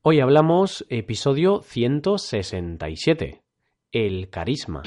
Hoy hablamos episodio 167, el carisma.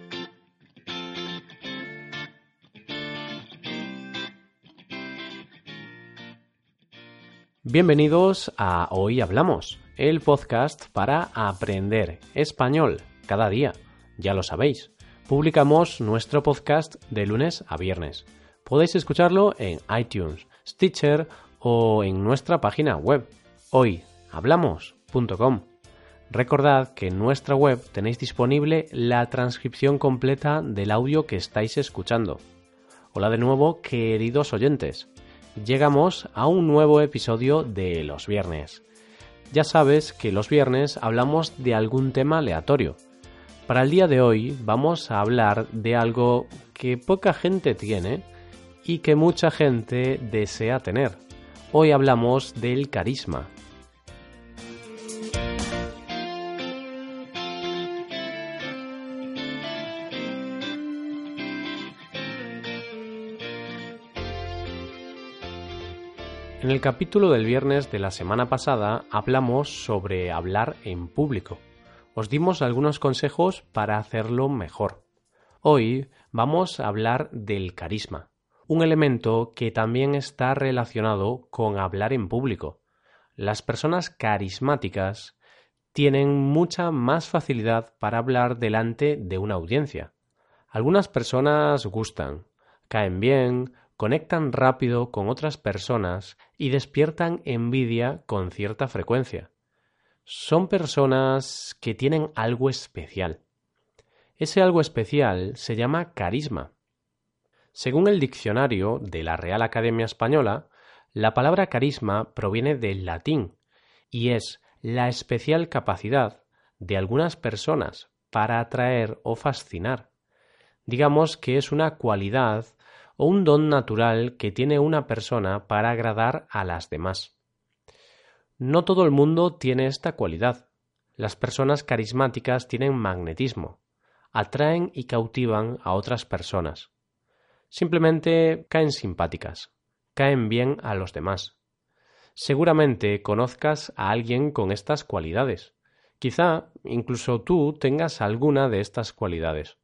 Bienvenidos a Hoy Hablamos, el podcast para aprender español cada día. Ya lo sabéis, publicamos nuestro podcast de lunes a viernes. Podéis escucharlo en iTunes, Stitcher o en nuestra página web, hoyhablamos.com. Recordad que en nuestra web tenéis disponible la transcripción completa del audio que estáis escuchando. Hola de nuevo, queridos oyentes. Llegamos a un nuevo episodio de los viernes. Ya sabes que los viernes hablamos de algún tema aleatorio. Para el día de hoy vamos a hablar de algo que poca gente tiene y que mucha gente desea tener. Hoy hablamos del carisma. En el capítulo del viernes de la semana pasada hablamos sobre hablar en público. Os dimos algunos consejos para hacerlo mejor. Hoy vamos a hablar del carisma, un elemento que también está relacionado con hablar en público. Las personas carismáticas tienen mucha más facilidad para hablar delante de una audiencia. Algunas personas gustan, caen bien, conectan rápido con otras personas y despiertan envidia con cierta frecuencia. Son personas que tienen algo especial. Ese algo especial se llama carisma. Según el diccionario de la Real Academia Española, la palabra carisma proviene del latín y es la especial capacidad de algunas personas para atraer o fascinar. Digamos que es una cualidad o un don natural que tiene una persona para agradar a las demás. No todo el mundo tiene esta cualidad. Las personas carismáticas tienen magnetismo, atraen y cautivan a otras personas. Simplemente caen simpáticas, caen bien a los demás. Seguramente conozcas a alguien con estas cualidades. Quizá incluso tú tengas alguna de estas cualidades.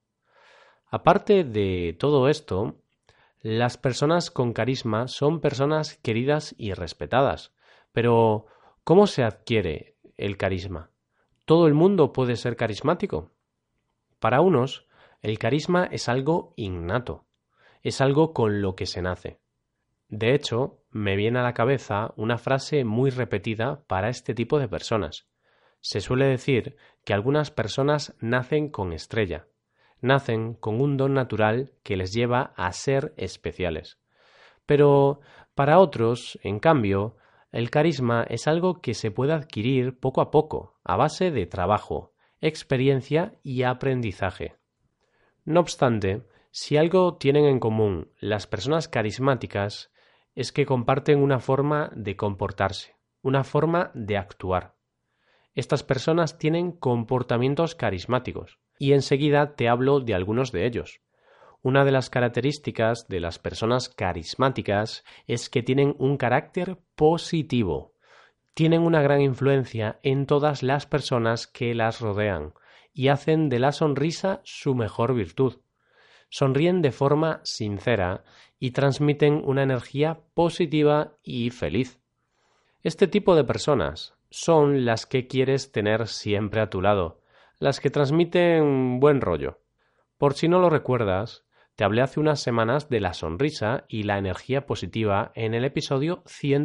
Aparte de todo esto, las personas con carisma son personas queridas y respetadas. Pero, ¿cómo se adquiere el carisma? ¿Todo el mundo puede ser carismático? Para unos, el carisma es algo innato, es algo con lo que se nace. De hecho, me viene a la cabeza una frase muy repetida para este tipo de personas. Se suele decir que algunas personas nacen con estrella. Nacen con un don natural que les lleva a ser especiales. Pero para otros, en cambio, el carisma es algo que se puede adquirir poco a poco, a base de trabajo, experiencia y aprendizaje. No obstante, si algo tienen en común las personas carismáticas es que comparten una forma de comportarse, una forma de actuar. Estas personas tienen comportamientos carismáticos. Y enseguida te hablo de algunos de ellos. Una de las características de las personas carismáticas es que tienen un carácter positivo. Tienen una gran influencia en todas las personas que las rodean y hacen de la sonrisa su mejor virtud. Sonríen de forma sincera y transmiten una energía positiva y feliz. Este tipo de personas son las que quieres tener siempre a tu lado, las que transmiten buen rollo. Por si no lo recuerdas, te hablé hace unas semanas de la sonrisa y la energía positiva en el episodio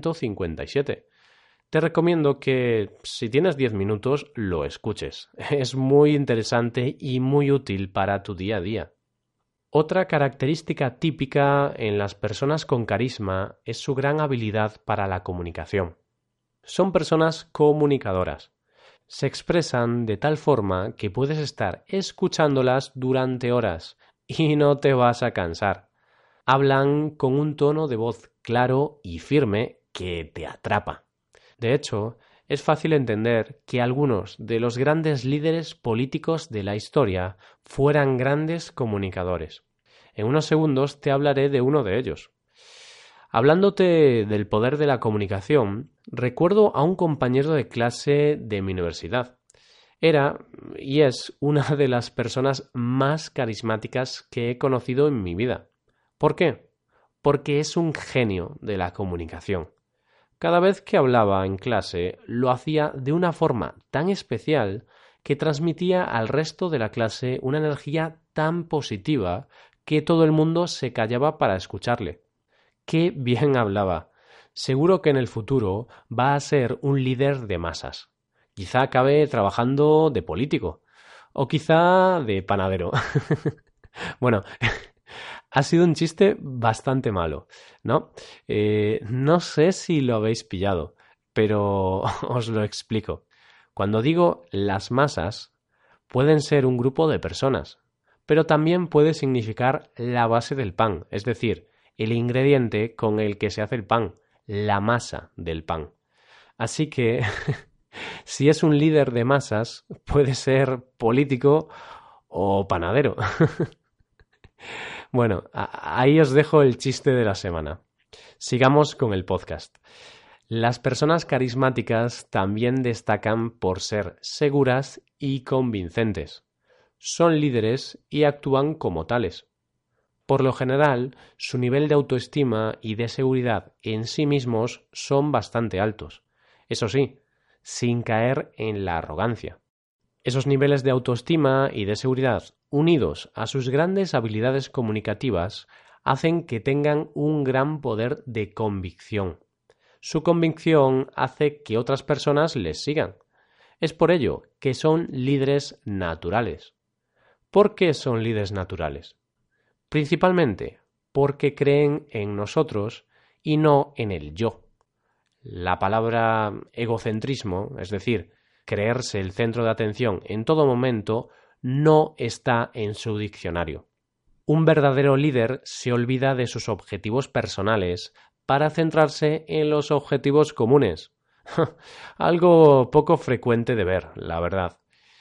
157. Te recomiendo que, si tienes 10 minutos, lo escuches. Es muy interesante y muy útil para tu día a día. Otra característica típica en las personas con carisma es su gran habilidad para la comunicación. Son personas comunicadoras. Se expresan de tal forma que puedes estar escuchándolas durante horas y no te vas a cansar. Hablan con un tono de voz claro y firme que te atrapa. De hecho, es fácil entender que algunos de los grandes líderes políticos de la historia fueran grandes comunicadores. En unos segundos te hablaré de uno de ellos. Hablándote del poder de la comunicación, recuerdo a un compañero de clase de mi universidad. Era y es una de las personas más carismáticas que he conocido en mi vida. ¿Por qué? Porque es un genio de la comunicación. Cada vez que hablaba en clase lo hacía de una forma tan especial que transmitía al resto de la clase una energía tan positiva que todo el mundo se callaba para escucharle. ¡Qué bien hablaba! Seguro que en el futuro va a ser un líder de masas. Quizá acabe trabajando de político o quizá de panadero. Bueno, ha sido un chiste bastante malo, ¿no? No sé si lo habéis pillado, pero os lo explico. Cuando digo las masas, pueden ser un grupo de personas, pero también puede significar la base del pan, es decir, el ingrediente con el que se hace el pan, la masa del pan. Así que, si es un líder de masas, puede ser político o panadero. Bueno, ahí os dejo el chiste de la semana. Sigamos con el podcast. Las personas carismáticas también destacan por ser seguras y convincentes. Son líderes y actúan como tales. Por lo general, su nivel de autoestima y de seguridad en sí mismos son bastante altos. Eso sí, sin caer en la arrogancia. Esos niveles de autoestima y de seguridad, unidos a sus grandes habilidades comunicativas, hacen que tengan un gran poder de convicción. Su convicción hace que otras personas les sigan. Es por ello que son líderes naturales. ¿Por qué son líderes naturales? Principalmente porque creen en nosotros y no en el yo. La palabra egocentrismo, es decir, creerse el centro de atención en todo momento, no está en su diccionario. Un verdadero líder se olvida de sus objetivos personales para centrarse en los objetivos comunes. Algo poco frecuente de ver, la verdad.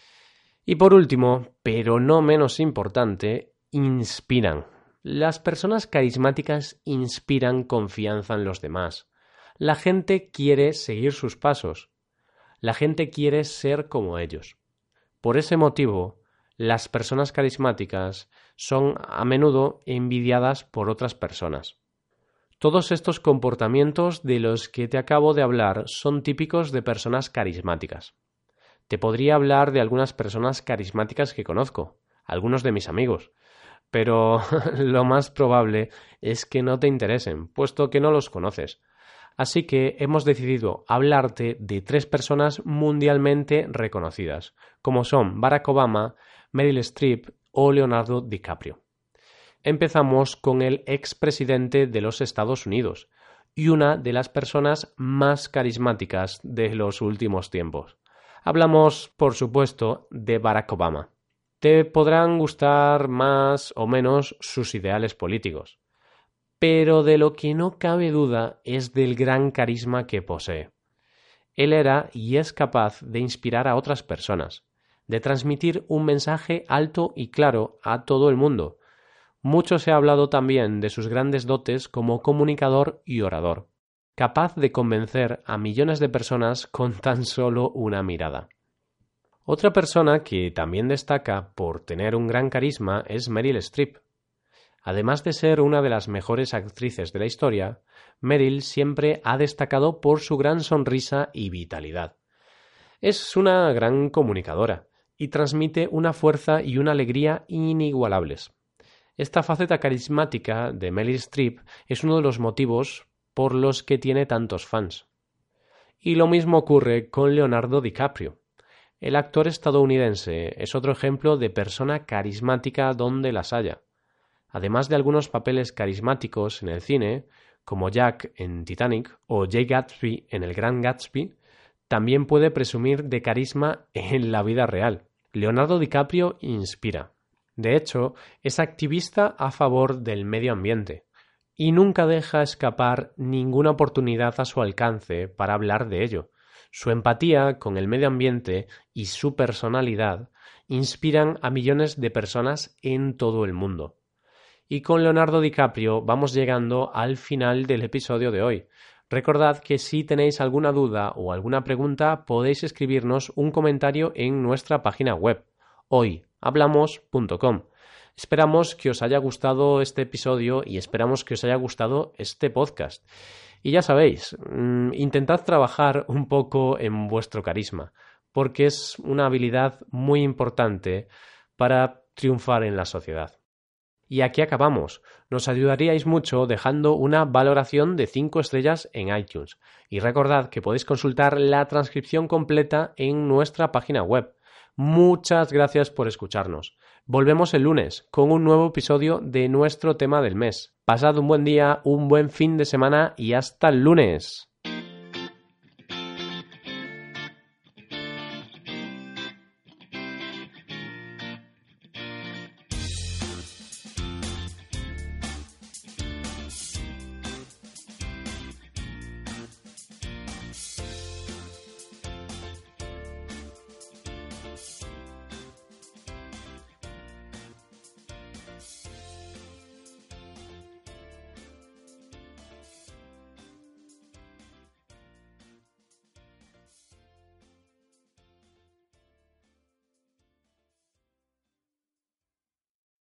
Y por último, pero no menos importante, inspiran. Las personas carismáticas inspiran confianza en los demás. La gente quiere seguir sus pasos. La gente quiere ser como ellos. Por ese motivo, las personas carismáticas son a menudo envidiadas por otras personas. Todos estos comportamientos de los que te acabo de hablar son típicos de personas carismáticas. Te podría hablar de algunas personas carismáticas que conozco, algunos de mis amigos, pero lo más probable es que no te interesen, puesto que no los conoces. Así que hemos decidido hablarte de 3 personas mundialmente reconocidas, como son Barack Obama, Meryl Streep o Leonardo DiCaprio. Empezamos con el expresidente de los Estados Unidos y una de las personas más carismáticas de los últimos tiempos. Hablamos, por supuesto, de Barack Obama. Te podrán gustar más o menos sus ideales políticos, pero de lo que no cabe duda es del gran carisma que posee. Él era y es capaz de inspirar a otras personas, de transmitir un mensaje alto y claro a todo el mundo. Mucho se ha hablado también de sus grandes dotes como comunicador y orador, capaz de convencer a millones de personas con tan solo una mirada. Otra persona que también destaca por tener un gran carisma es Meryl Streep. Además de ser una de las mejores actrices de la historia, Meryl siempre ha destacado por su gran sonrisa y vitalidad. Es una gran comunicadora y transmite una fuerza y una alegría inigualables. Esta faceta carismática de Meryl Streep es uno de los motivos por los que tiene tantos fans. Y lo mismo ocurre con Leonardo DiCaprio. El actor estadounidense es otro ejemplo de persona carismática donde las haya. Además de algunos papeles carismáticos en el cine, como Jack en Titanic o Jay Gatsby en El Gran Gatsby, también puede presumir de carisma en la vida real. Leonardo DiCaprio inspira. De hecho, es activista a favor del medio ambiente y nunca deja escapar ninguna oportunidad a su alcance para hablar de ello. Su empatía con el medio ambiente y su personalidad inspiran a millones de personas en todo el mundo. Y con Leonardo DiCaprio vamos llegando al final del episodio de hoy. Recordad que si tenéis alguna duda o alguna pregunta podéis escribirnos un comentario en nuestra página web hoyhablamos.com. Esperamos que os haya gustado este episodio y esperamos que os haya gustado este podcast. Y ya sabéis, intentad trabajar un poco en vuestro carisma, porque es una habilidad muy importante para triunfar en la sociedad. Y aquí acabamos. Nos ayudaríais mucho dejando una valoración de 5 estrellas en iTunes. Y recordad que podéis consultar la transcripción completa en nuestra página web. Muchas gracias por escucharnos. Volvemos el lunes con un nuevo episodio de nuestro tema del mes. Pasad un buen día, un buen fin de semana y hasta el lunes.